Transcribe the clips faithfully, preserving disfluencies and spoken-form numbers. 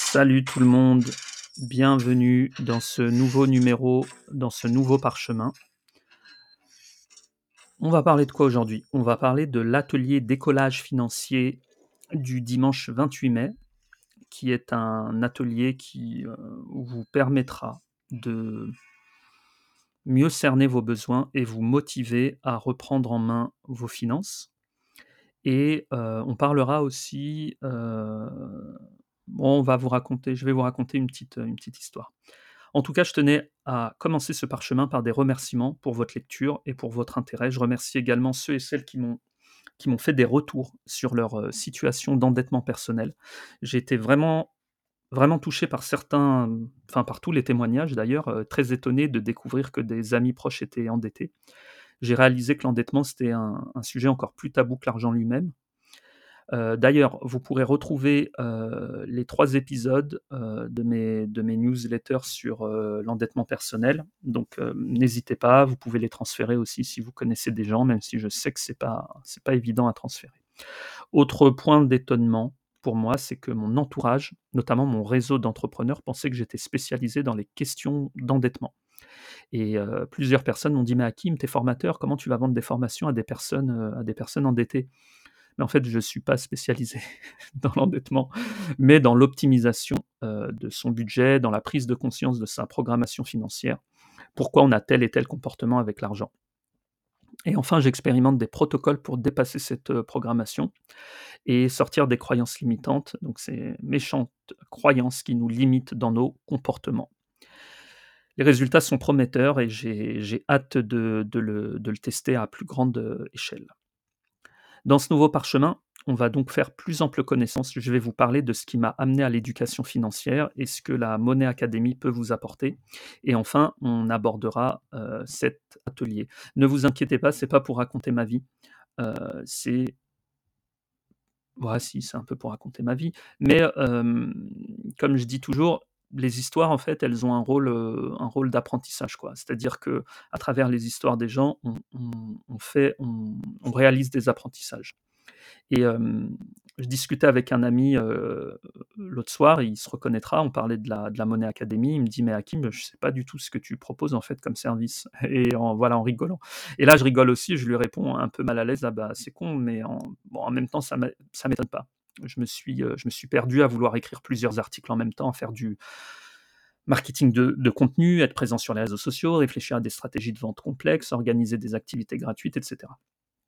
Salut tout le monde, bienvenue dans ce nouveau numéro, dans ce nouveau parchemin. On va parler de quoi aujourd'hui? On va parler de l'atelier décollage financier du dimanche vingt-huit mai, qui est un atelier qui euh, vous permettra de mieux cerner vos besoins et vous motiver à reprendre en main vos finances. Et euh, on parlera aussi, euh, bon, on va vous raconter, je vais vous raconter une petite, une petite histoire. En tout cas, je tenais à commencer ce parchemin par des remerciements pour votre lecture et pour votre intérêt. Je remercie également ceux et celles qui m'ont qui m'ont fait des retours sur leur euh, situation d'endettement personnel. J'ai été vraiment vraiment touché par certains, enfin par tous les témoignages d'ailleurs, euh, très étonné de découvrir que des amis proches étaient endettés. J'ai réalisé que l'endettement c'était un, un sujet encore plus tabou que l'argent lui-même. Heu, d'ailleurs, vous pourrez retrouver, heu, les trois épisodes, heu, de mes de mes newsletters sur, heu, l'endettement personnel. Donc, heu, n'hésitez pas, vous pouvez les transférer aussi si vous connaissez des gens, même si je sais que c'est pas c'est pas évident à transférer. Autre point d'étonnement pour moi, c'est que mon entourage, notamment mon réseau d'entrepreneurs, pensait que j'étais spécialisé dans les questions d'endettement et heu, plusieurs personnes m'ont dit: «Mais Hakim, tu es formateur, comment tu vas vendre des formations à des personnes, heu, à des personnes endettées?» Mais en fait, je ne suis pas spécialisé dans l'endettement, mais dans l'optimisation, heu, de son budget, dans la prise de conscience de sa programmation financière. Pourquoi on a tel et tel comportement avec l'argent? Et enfin, j'expérimente des protocoles pour dépasser cette, heu, programmation et sortir des croyances limitantes, donc ces méchantes croyances qui nous limitent dans nos comportements. Les résultats sont prometteurs et j'ai j'ai hâte de de le de le tester à plus grande, heu, échelle. Dans ce nouveau parchemin, on va donc faire plus ample connaissance. Je vais vous parler de ce qui m'a amené à l'éducation financière et ce que la Money Academy peut vous apporter. Et enfin, on abordera euh, cet atelier. Ne vous inquiétez pas, c'est pas pour raconter ma vie. Euh, c'est voilà, si, c'est un peu pour raconter ma vie. Mais euh, comme je dis toujours, les histoires, en fait, elles ont un rôle, euh, un rôle d'apprentissage, quoi. C'est-à-dire que à travers les histoires des gens, on, on- on fait, on on réalise des apprentissages. Et hem, je discutais avec un ami, heu, l'autre soir, il se reconnaîtra, on parlait de la de la Money Academy, il me dit: «Mais Hakim, je sais pas du tout ce que tu proposes en fait comme service» et en voilà, en rigolant. Et là, je rigole aussi, je lui réponds un peu mal à l'aise: «Ah bah, c'est con, mais en bon, en même temps, ça m'a ça m'étonne pas». Je me suis, heu, je me suis perdu à vouloir écrire plusieurs articles en même temps, à faire du marketing de de contenu, être présent sur les réseaux sociaux, réfléchir à des stratégies de vente complexes, organiser des activités gratuites et cetera.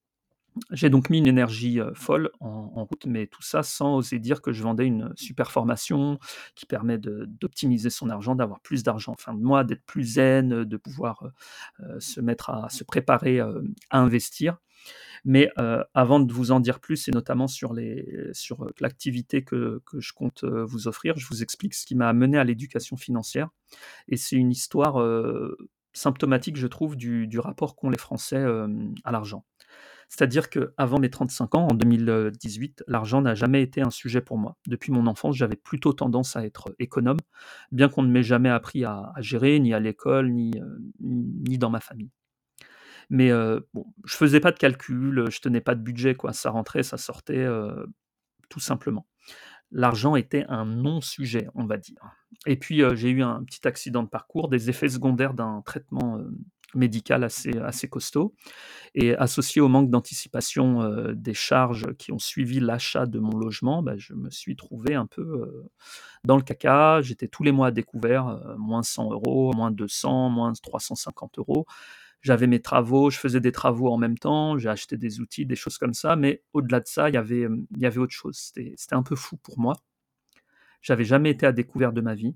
J'ai donc mis une énergie, heu, folle en en route, mais tout ça sans oser dire que je vendais une super formation qui permet de d'optimiser son argent, d'avoir plus d'argent en fin de mois, d'être plus zen, heu, de pouvoir, heu heu, se mettre à se préparer, heu, à investir. Mais, heu, avant de vous en dire plus et notamment sur les sur, heu, l'activité que que je compte, heu, vous offrir, je vous explique ce qui m'a amené à l'éducation financière et c'est une histoire, heu, symptomatique je trouve du du rapport qu'ont les Français, hem, à l'argent. C'est-à-dire qu'avant mes trente-cinq ans, en deux mille dix-huit, l'argent n'a jamais été un sujet pour moi. Depuis mon enfance, j'avais plutôt tendance à être économe, bien qu'on ne m'ait jamais appris à à gérer, ni à l'école, ni, heu, ni dans ma famille. Mais, heu, bon, je faisais pas de calcul, heu, je tenais pas de budget quoi, ça rentrait, ça sortait, heu, tout simplement. L'argent était un non-sujet, on va dire. Et puis, heu, j'ai eu un petit accident de parcours, des effets secondaires d'un traitement, heu, médical assez assez costaud. Et associé au manque d'anticipation, heu, des charges qui ont suivi l'achat de mon logement, bah, je me suis trouvé un peu, heu, dans le caca. J'étais tous les mois à découvert, heu, moins cent euros, moins deux cents, moins trois cent cinquante euros. J'avais mes travaux, je faisais des travaux en même temps, j'ai acheté des outils, des choses comme ça, mais au-delà de ça, il y avait, hem, il y avait autre chose. C'était c'était un peu fou pour moi. J'avais jamais été à découvert de ma vie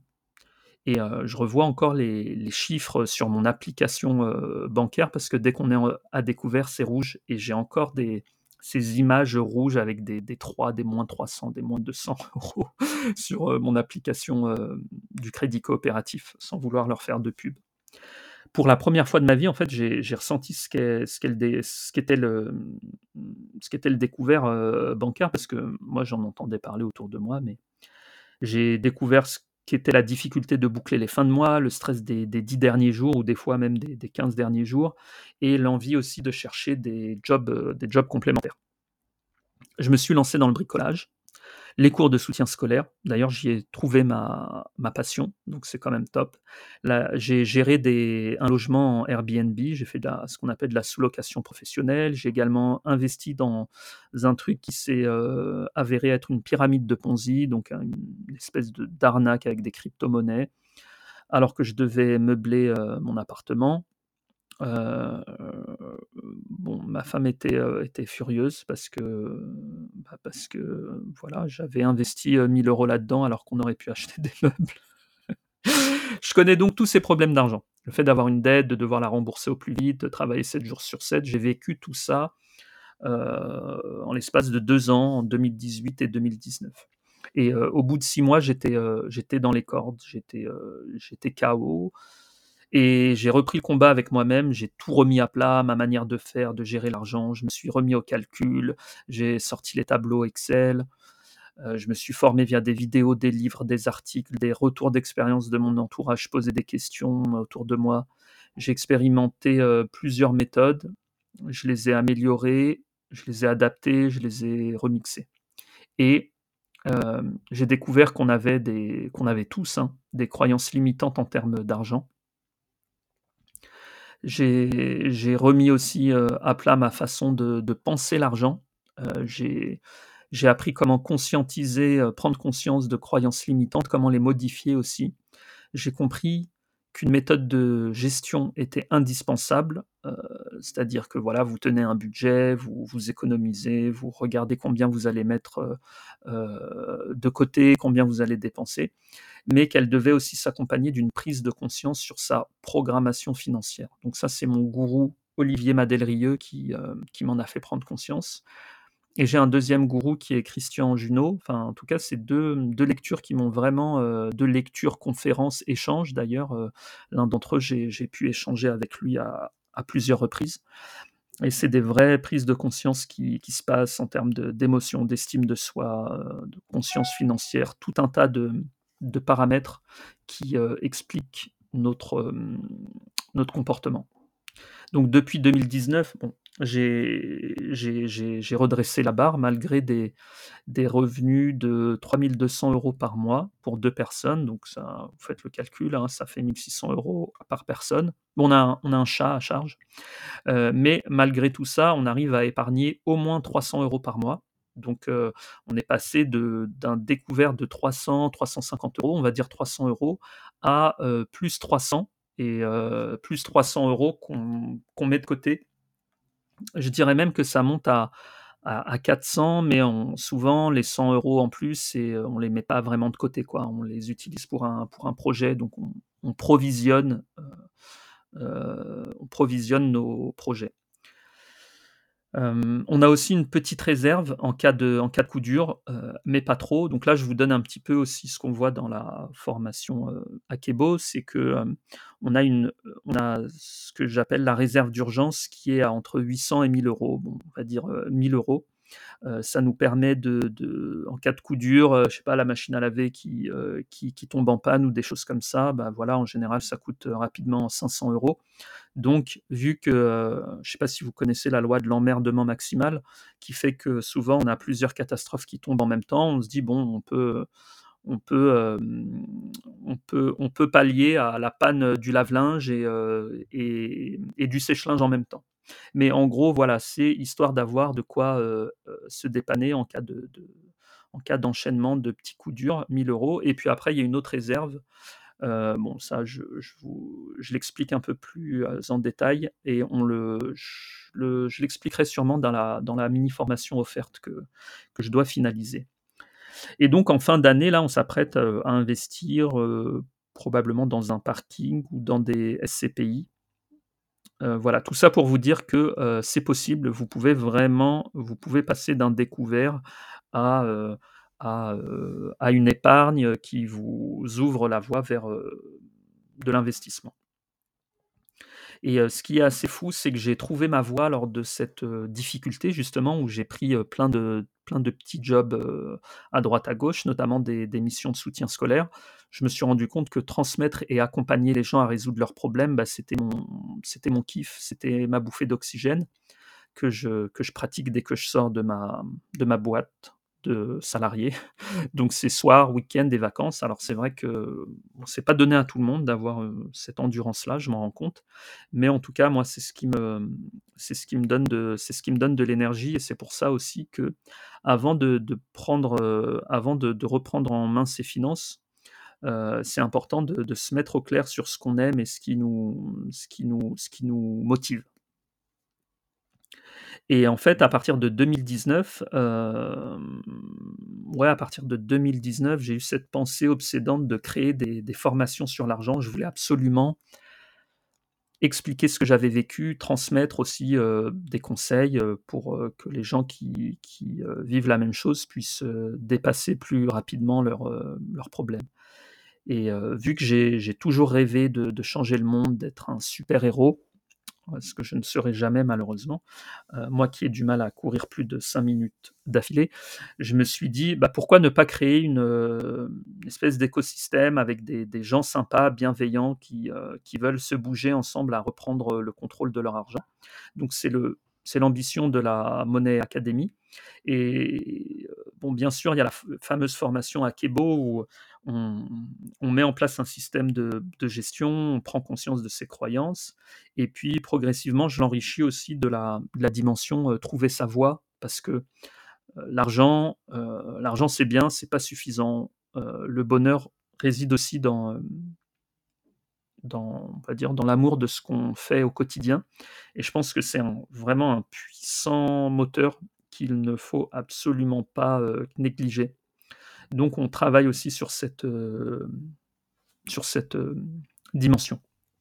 et heu, je revois encore les les chiffres sur mon application, heu, bancaire parce que dès qu'on est en à découvert, c'est rouge et j'ai encore des ces images rouges avec des des trois, des moins trois cents, des moins deux cents euros sur, heu, mon application, heu, du crédit coopératif, sans vouloir leur faire de pub. Pour la première fois de ma vie, en fait, j'ai j'ai ressenti ce qu'est ce qu'est le dé ce qu'était le, mmh, ce qu'était le découvert, heu, bancaire parce que moi, j'en entendais parler autour de moi, mais j'ai découvert ce qu'était la difficulté de boucler les fins de mois, le stress des des dix derniers jours ou des fois même des des quinze derniers jours et l'envie aussi de chercher des jobs, heu, des jobs complémentaires. Je me suis lancé dans le bricolage. Les cours de soutien scolaire, d'ailleurs j'y ai trouvé ma ma passion, donc c'est quand même top. Là, j'ai géré des un logement en Airbnb, j'ai fait de la ce qu'on appelle de la sous-location professionnelle. J'ai également investi dans un truc qui s'est, heu, avéré être une pyramide de Ponzi, donc un une espèce de d'arnaque avec des cryptomonnaies, alors que je devais meubler, heu, mon appartement. Heu, bon, ma femme était, heu, était furieuse parce que, bah, parce que, voilà, j'avais investi, heu, mille euros là-dedans alors qu'on aurait pu acheter des meubles. Je connais donc tous ces problèmes d'argent. Le fait d'avoir une dette, de devoir la rembourser au plus vite, de travailler sept jours sur sept, j'ai vécu tout ça, heu, en l'espace de deux ans, en deux mille dix-huit et deux mille dix-neuf. Et heu, au bout de six mois, j'étais, heu, j'étais dans les cordes, j'étais, heu, j'étais K O. Et j'ai repris le combat avec moi-même, j'ai tout remis à plat, ma manière de faire, de gérer l'argent. Je me suis remis au calcul, j'ai sorti les tableaux Excel, heu, je me suis formé via des vidéos, des livres, des articles, des retours d'expérience de mon entourage, poser des questions autour de moi. J'ai expérimenté, heu, plusieurs méthodes, je les ai améliorées, je les ai adaptées, je les ai remixées. Et hem, j'ai découvert qu'on avait des qu'on avait tous, hein, des croyances limitantes en termes d'argent. J'ai j'ai remis aussi, heu, à plat ma façon de de penser l'argent. Heu, j'ai j'ai appris comment conscientiser, heu, prendre conscience de croyances limitantes, comment les modifier aussi. J'ai compris qu'une méthode de gestion était indispensable, heu, c'est-à-dire que, voilà, vous tenez un budget, vous vous économisez, vous regardez combien vous allez mettre, heu heu, de côté, combien vous allez dépenser, mais qu'elle devait aussi s'accompagner d'une prise de conscience sur sa programmation financière. Donc ça, c'est mon gourou Olivier Madelrieux qui, heu, qui m'en a fait prendre conscience. Et j'ai un deuxième gourou qui est Christian Junod. Enfin, en tout cas, c'est deux deux lectures qui m'ont vraiment, heu deux lectures, conférences, échanges d'ailleurs, heu, l'un d'entre eux, j'ai j'ai pu échanger avec lui à à plusieurs reprises. Et c'est des vraies prises de conscience qui qui se passent en termes de d'émotions, d'estime de soi, heu, de conscience financière, tout un tas de de paramètres qui, heu, expliquent notre, hem, notre comportement. Donc depuis deux mille dix-neuf, bon, j'ai j'ai j'ai j'ai redressé la barre malgré des des revenus de trois mille deux cents euros par mois pour deux personnes, donc ça, vous faites le calcul, hein, ça fait mille six cents euros par personne. Bon, on a un on a un chat à charge, heu, mais malgré tout ça, on arrive à épargner au moins trois cents euros par mois. Donc, heu, on est passé de d'un découvert de trois cents-trois cent cinquante euros, on va dire trois cents euros, à, heu, plus trois cents et heu, plus trois cents euros qu'on qu'on met de côté. Je dirais même que ça monte à à à quatre cents, mais on souvent les cent euros en plus, c'est, heu, on les met pas vraiment de côté, quoi. On les utilise pour un pour un projet, donc on on provisionne, heu heu, on provisionne nos projets. Hem, on a aussi une petite réserve en cas de en cas de coup dur, heu, mais pas trop. Donc là, je vous donne un petit peu aussi ce qu'on voit dans la formation, heu, Akebo, c'est que, hem, on a une, on a ce que j'appelle la réserve d'urgence qui est à entre huit cents et mille euros. Bon, on va dire, heu, mille euros. Heu, ça nous permet de de en cas de coup dur, heu, je sais pas, la machine à laver qui, heu, qui qui tombe en panne ou des choses comme ça, bah, voilà, en général, ça coûte, heu, rapidement cinq cents euros. Donc vu que, heu, je ne sais pas si vous connaissez la loi de l'emmerdement maximal, qui fait que souvent on a plusieurs catastrophes qui tombent en même temps, on se dit: «Bon, on peut, on peut, hem, on peut on peut pallier à la panne, du lave-linge et heu et et du sèche-linge en même temps». Mais en gros, voilà, c'est histoire d'avoir de quoi, heu heu, se dépanner en cas de de en cas d'enchaînement de petits coups durs, mille euros. Et puis après, il y a une autre réserve. Heu, bon, ça, je je vous je l'explique un peu plus, heu, en détail, et on le je le je l'expliquerai sûrement dans la dans la mini formation offerte que que je dois finaliser. Et donc en fin d'année, là, on s'apprête, heu, à investir, heu, probablement dans un parking ou dans des S C P I. Heu, voilà, tout ça pour vous dire que, heu, c'est possible. Vous pouvez vraiment vous pouvez passer d'un découvert à, heu à, heu, à une épargne qui vous ouvre la voie vers, heu, de l'investissement. Et heu, ce qui est assez fou, c'est que j'ai trouvé ma voie lors de cette, heu, difficulté justement où j'ai pris, heu, plein de plein de petits jobs, heu, à droite à gauche, notamment des des missions de soutien scolaire. Je me suis rendu compte que transmettre et accompagner les gens à résoudre leurs problèmes, bah, c'était mon c'était mon kiff, c'était ma bouffée d'oxygène que je que je pratique dès que je sors de ma de ma boîte de salarié. Donc c'est soir, week-end et vacances. Alors c'est vrai que bon, c'est pas donné à tout le monde d'avoir, heu, cette endurance-là, je m'en rends compte. Mais en tout cas, moi, c'est ce qui me c'est ce qui me donne de c'est ce qui me donne de l'énergie et c'est pour ça aussi qu'avant de de prendre, heu, avant de de reprendre en main ses finances, heu, c'est important de de se mettre au clair sur ce qu'on aime et ce qui nous ce qui nous ce qui nous motive. Et en fait, à partir de deux mille dix-neuf, hem, ouais, à partir de deux mille dix-neuf, j'ai eu cette pensée obsédante de créer des des formations sur l'argent. Je voulais absolument expliquer ce que j'avais vécu, transmettre aussi, heu, des conseils, heu, pour, heu, que les gens qui qui, heu, vivent la même chose puissent, heu, dépasser plus rapidement leurs, heu, leurs problèmes. Et heu, vu que j'ai j'ai toujours rêvé de de changer le monde, d'être un super héros, ce que je ne serai jamais malheureusement. Heu, moi qui ai du mal à courir plus de cinq minutes d'affilée, je me suis dit: «Bah, pourquoi ne pas créer une, heu, une espèce d'écosystème avec des des gens sympas, bienveillants qui, heu, qui veulent se bouger ensemble à reprendre, le contrôle de leur argent?» Donc c'est le c'est l'ambition de la Money Academy. Et heu, bon, bien sûr, il y a la f fameuse formation Akebo où on on met en place un système de de gestion, on prend conscience de ses croyances et puis progressivement, je l'enrichis aussi de la de la dimension, heu, trouver sa voie parce que, heu, l'argent, heu, l'argent c'est bien, c'est pas suffisant. Heu, le bonheur réside aussi dans, hem, dans on va dire dans l'amour de ce qu'on fait au quotidien et je pense que c'est un vraiment un puissant moteur qu'il ne faut absolument pas, heu, négliger. Donc on travaille aussi sur cette, hem, sur cette, hem, dimension.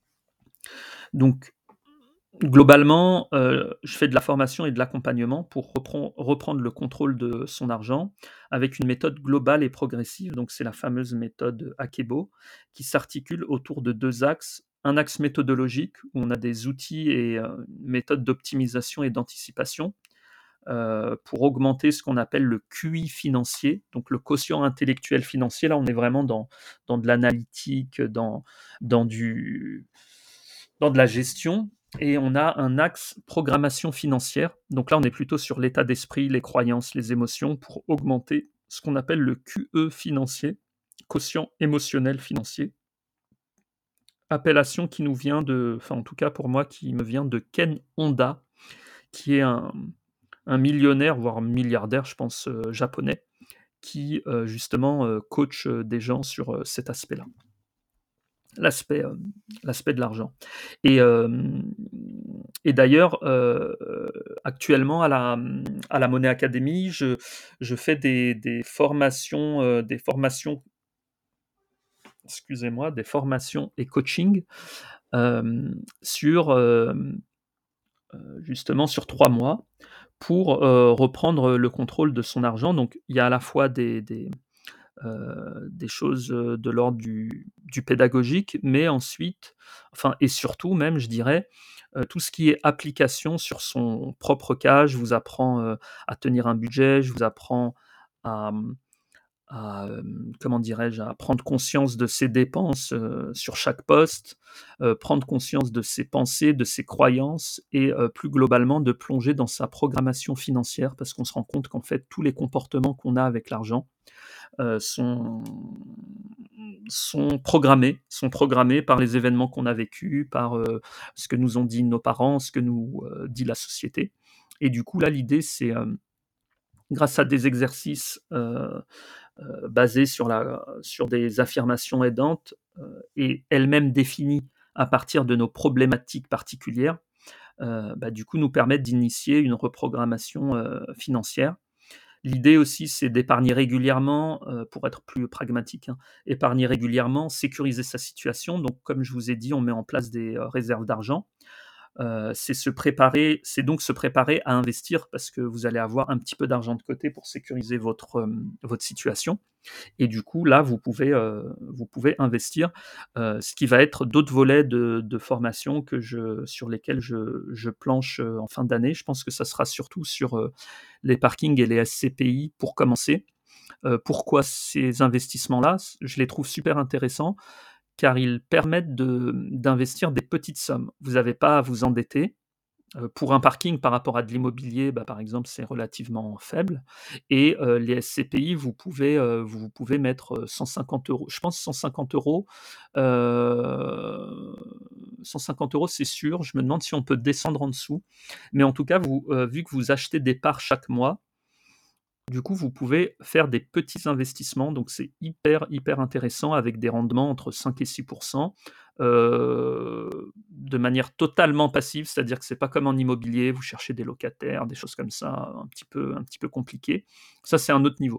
Donc globalement, heu, je fais de la formation et de l'accompagnement pour repren reprendre le contrôle de son argent avec une méthode globale et progressive. Donc c'est la fameuse méthode Akebo qui s'articule autour de deux axes. Un axe méthodologique où on a des outils et heu, une méthode d'optimisation et d'anticipation, heu, pour augmenter ce qu'on appelle le Q I financier, donc le quotient intellectuel financier. Là, on est vraiment dans dans de l'analytique, dans dans du dans de la gestion et on a un axe programmation financière. Donc là, on est plutôt sur l'état d'esprit, les croyances, les émotions pour augmenter ce qu'on appelle le Q E financier, quotient émotionnel financier. Appellation qui nous vient de enfin en tout cas pour moi, qui me vient de Ken Honda, qui est un un millionnaire, voire milliardaire, je pense, heu, japonais, qui, heu, justement, heu, coach, heu, des gens sur, heu, cet aspect-là. L'aspect, hem, l'aspect de l'argent et hem et d'ailleurs, heu, actuellement à la, mmh, à la Money Academy, je je fais des des formations, heu, des formations excusez-moi, des formations et coaching, hem, sur, hem, heu, justement sur trois mois pour, heu, reprendre, le contrôle de son argent. Donc il y a à la fois des des heu, des choses, heu, de l'ordre du du pédagogique, mais ensuite, enfin et surtout même je dirais, heu, tout ce qui est application sur son propre cas. Je vous apprends, heu, à tenir un budget, je vous apprends à, mmh, à, hem, comment dirais-je? À prendre conscience de ses dépenses, heu, sur chaque poste, heu, prendre conscience de ses pensées, de ses croyances et heu, plus globalement de plonger dans sa programmation financière parce qu'on se rend compte qu'en fait tous les comportements qu'on a avec l'argent, heu, sont sont programmés sont programmés par les événements qu'on a vécus, par, heu, ce que nous ont dit nos parents, ce que nous, heu, dit la société et du coup là, l'idée c'est, hem, grâce à des exercices, heu heu, basés sur la sur des affirmations aidantes, heu et elles-mêmes définies à partir de nos problématiques particulières, heu, bah, du coup nous permettre d'initier une reprogrammation, heu, financière. L'idée aussi, c'est d'épargner régulièrement, heu, pour être plus pragmatique, hein, épargner régulièrement, sécuriser sa situation. Donc comme je vous ai dit, on met en place des, heu, réserves d'argent. Heu, c'est se préparer c'est donc se préparer à investir parce que vous allez avoir un petit peu d'argent de côté pour sécuriser votre, hem, votre situation et du coup, là, vous pouvez, heu, vous pouvez investir, heu, ce qui va être d'autres volets de de formation que je sur lesquels je je planche, heu, en fin d'année. Je pense que ça sera surtout sur, heu, les parkings et les S C P I pour commencer. Heu, pourquoi ces investissements-là? S je les trouve super intéressants car ils permettent de d'investir des petites sommes. Vous n'avez pas à vous endetter. Heu, pour un parking par rapport à de l'immobilier, bah, par exemple, c'est relativement faible et heu, les S C P I, vous pouvez, heu, vous pouvez mettre, heu, cent cinquante euros. Je pense cent cinquante euros, heu, cent cinquante euros, c'est sûr. Je me demande si on peut descendre en dessous. Mais en tout cas, vous, heu, vu que vous achetez des parts chaque mois, du coup, vous pouvez faire des petits investissements, donc c'est hyper, hyper intéressant avec des rendements entre cinq et six heu, de manière totalement passive. C'est-à-dire que c'est pas comme en immobilier, vous cherchez des locataires, des choses comme ça, un petit peu un petit peu compliqué. Ça, c'est un autre niveau.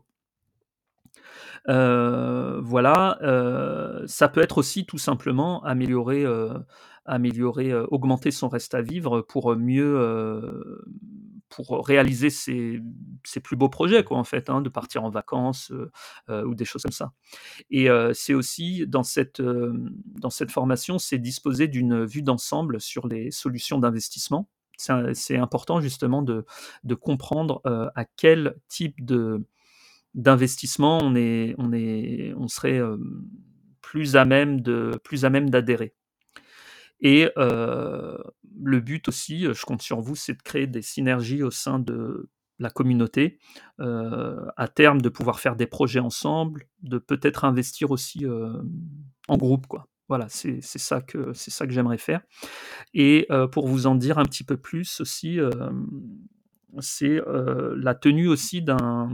Heu, voilà, heu, ça peut être aussi tout simplement améliorer, heu, améliorer, heu, augmenter son reste à vivre pour, mieux, heu, pour réaliser ses ses plus beaux projets quoi, en fait, hein, de partir en vacances, heu heu, ou des choses comme ça et heu, c'est aussi dans cette, hem, dans cette formation, c'est disposer d'une vue d'ensemble sur les solutions d'investissement. C'est un c'est important justement de de comprendre, heu, à quel type de d'investissement, on est on est on serait, hem, plus à même de plus à même d'adhérer et heu, le but aussi, heu, je compte sur vous, c'est de créer des synergies au sein de la communauté, heu, à terme de pouvoir faire des projets ensemble, de peut-être investir aussi, hem, en groupe quoi. Voilà, c'est c'est ça que c'est ça que j'aimerais faire et heu, pour vous en dire un petit peu plus aussi, hem, c'est, heu, la tenue aussi d'un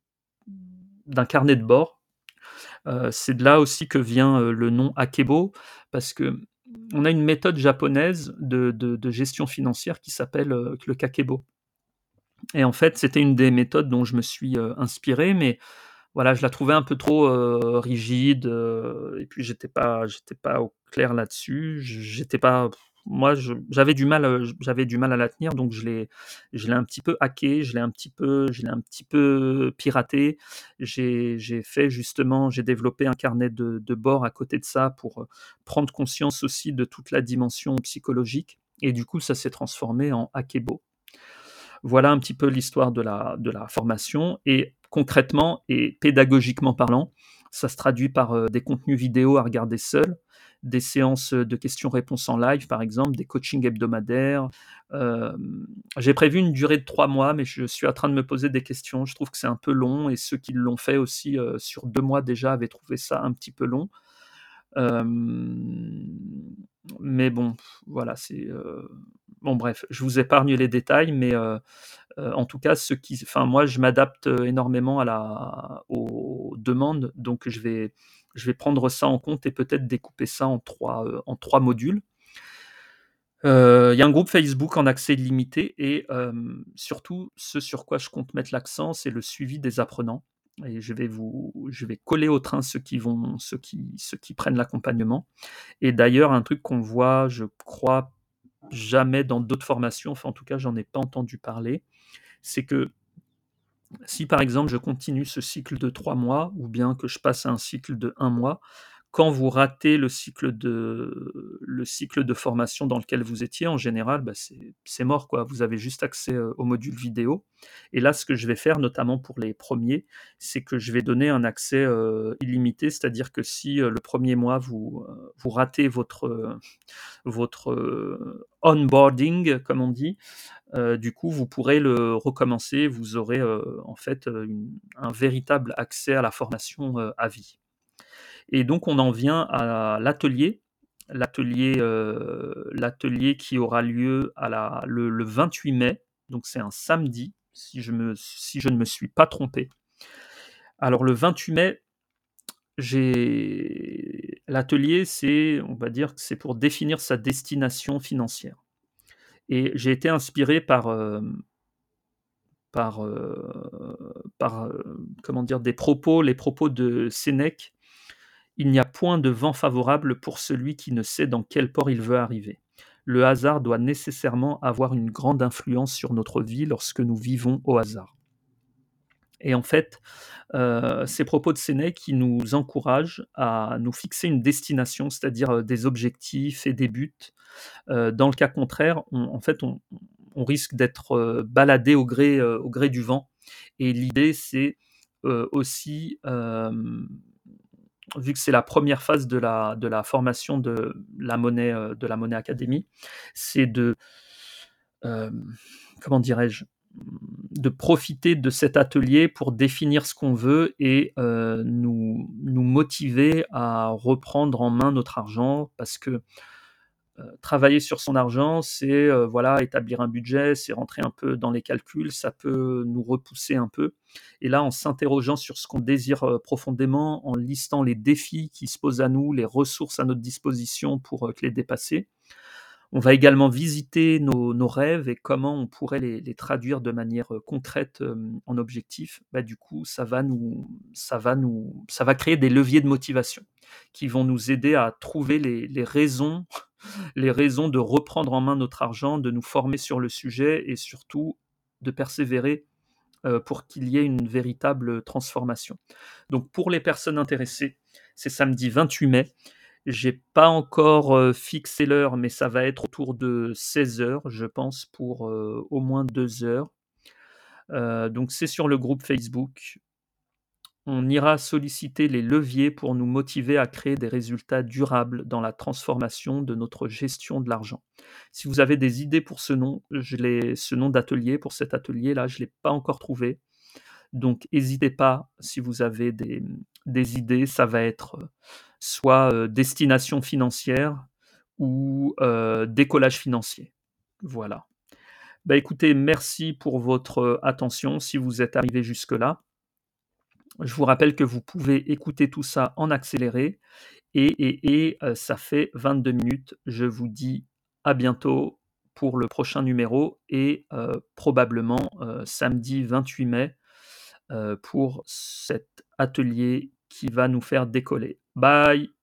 d'un carnet de bord. Heu, c'est de là aussi que vient, heu, le nom Akebo parce qu'on a une méthode japonaise de de de gestion financière qui s'appelle, heu, le Kakebo et en fait, c'était une des méthodes dont je me suis, heu, inspiré mais voilà, je la trouvais un peu trop, heu, rigide, heu et puis j'étais pas j'étais pas au clair là-dessus. J j'étais pas moi, je j'avais du mal, heu, j'avais du mal à la tenir donc je l'ai je l'ai un petit peu hacké, je l'ai un petit peu je l'ai un petit peu piraté. J'ai j'ai fait justement j'ai développé un carnet de de bord à côté de ça pour, heu, prendre conscience aussi de toute la dimension psychologique et du coup, ça s'est transformé en Akebo. Voilà un petit peu l'histoire de la de la formation et concrètement et pédagogiquement parlant, ça se traduit par, heu, des contenus vidéo à regarder seul, des séances, de questions-réponses en live par exemple, des coachings hebdomadaires. Hem, j'ai prévu une durée de trois mois, mais je suis en train de me poser des questions. Je trouve que c'est un peu long et ceux qui l'ont fait aussi, heu, sur deux mois déjà avaient trouvé ça un petit peu long. Hem, mais bon, voilà, c'est, heu, bon bref, je vous épargne les détails, mais heu heu, en tout cas, ceux qui enfin moi, je m'adapte, heu, énormément à la aux demandes, donc je vais je vais prendre ça en compte et peut-être découper ça en trois heu, en trois modules. Heu, il y a un groupe Facebook en accès limité et hem, surtout, ce sur quoi je compte mettre l'accent, c'est le suivi des apprenants et je vais vous je vais coller au train ceux qui vont ceux qui ceux qui prennent l'accompagnement et d'ailleurs, un truc qu'on voit, je crois, jamais dans d'autres formations, enfin, en tout cas, j'en ai pas entendu parler, c'est que si, par exemple, je continue ce cycle de trois mois ou bien que je passe à un cycle de un mois, quand vous ratez le cycle de le cycle de formation dans lequel vous étiez, en général, bah, c'est c'est mort, quoi. Vous avez juste accès, heu, au module vidéo et là, ce que je vais faire, notamment pour les premiers, c'est que je vais donner un accès, heu, illimité. C'est-à-dire que si, heu, le premier mois, vous, heu, vous ratez votre, heu, votre, heu, onboarding, comme on dit, Heu, du coup, vous pourrez le recommencer. Vous aurez, heu, en fait, heu, une un véritable accès à la formation, heu, à vie et donc on en vient à l'atelier. L'atelier, heu, l'atelier qui aura lieu à la le le vingt-huit mai, donc c'est un samedi, si je me si je ne me suis pas trompé. Alors le vingt-huit mai, j'ai l'atelier, c'est on va dire que c'est pour définir sa destination financière et j'ai été inspiré par, hem Par, heu, par, heu, comment dire? Des propos les propos de Sénèque: «Il n'y a point de vent favorable pour celui qui ne sait dans quel port il veut arriver. Le hasard doit nécessairement avoir une grande influence sur notre vie lorsque nous vivons au hasard» et en fait, heu, ces propos de Sénèque, qui nous encouragent à nous fixer une destination, c'est-à-dire, heu, des objectifs et des buts. Heu, dans le cas contraire, on en fait, on on risque d'être, heu, baladé au gré, heu, au gré du vent et l'idée, c'est, heu, aussi, hem, vu que c'est la première phase de la de la formation de la monnaie, heu, de la Monnaie Academy, c'est de hem, comment dirais-je? Mmh, de profiter de cet atelier pour définir ce qu'on veut et heu, nous nous motiver à reprendre en main notre argent parce que, heu, travailler sur son argent, c'est, heu, voilà, établir un budget, c'est rentrer un peu dans les calculs, ça peut nous repousser un peu et là, en s'interrogeant sur ce qu'on désire, heu, profondément, en listant les défis qui se posent à nous, les ressources à notre disposition pour, heu, les dépasser, on va également visiter nos nos rêves et comment on pourrait les les traduire de manière, heu, concrète, hem, en objectifs. Bah, du coup, ça va nous ça va nous ça va créer des leviers de motivation qui vont nous aider à trouver les les raisons les raisons de reprendre en main notre argent, de nous former sur le sujet et surtout de persévérer, heu, pour qu'il y ait une véritable transformation. Donc pour les personnes intéressées, c'est samedi vingt-huit mai. J'ai pas encore, heu, fixé l'heure, mais ça va être autour de seize heures, je pense, pour, heu, au moins deux heures. Heu, donc c'est sur le groupe Facebook. On ira solliciter les leviers pour nous motiver à créer des résultats durables dans la transformation de notre gestion de l'argent. Si vous avez des idées pour ce nom, je l'ai ce nom d'atelier, pour cet atelier-là, je ne l'ai pas encore trouvé. Donc hésitez pas si vous avez des, mmh, des idées, ça va être, heu, soit, heu, destination financière ou, heu, décollage financier. Voilà. Bah, écoutez, merci pour votre, heu, attention si vous êtes arrivé jusque-là. Je vous rappelle que vous pouvez écouter tout ça en accéléré et et et heu, ça fait vingt-deux minutes. Je vous dis à bientôt pour le prochain numéro et heu, probablement, heu, samedi vingt-huit mai, heu, pour cet atelier qui va nous faire décoller. Bye!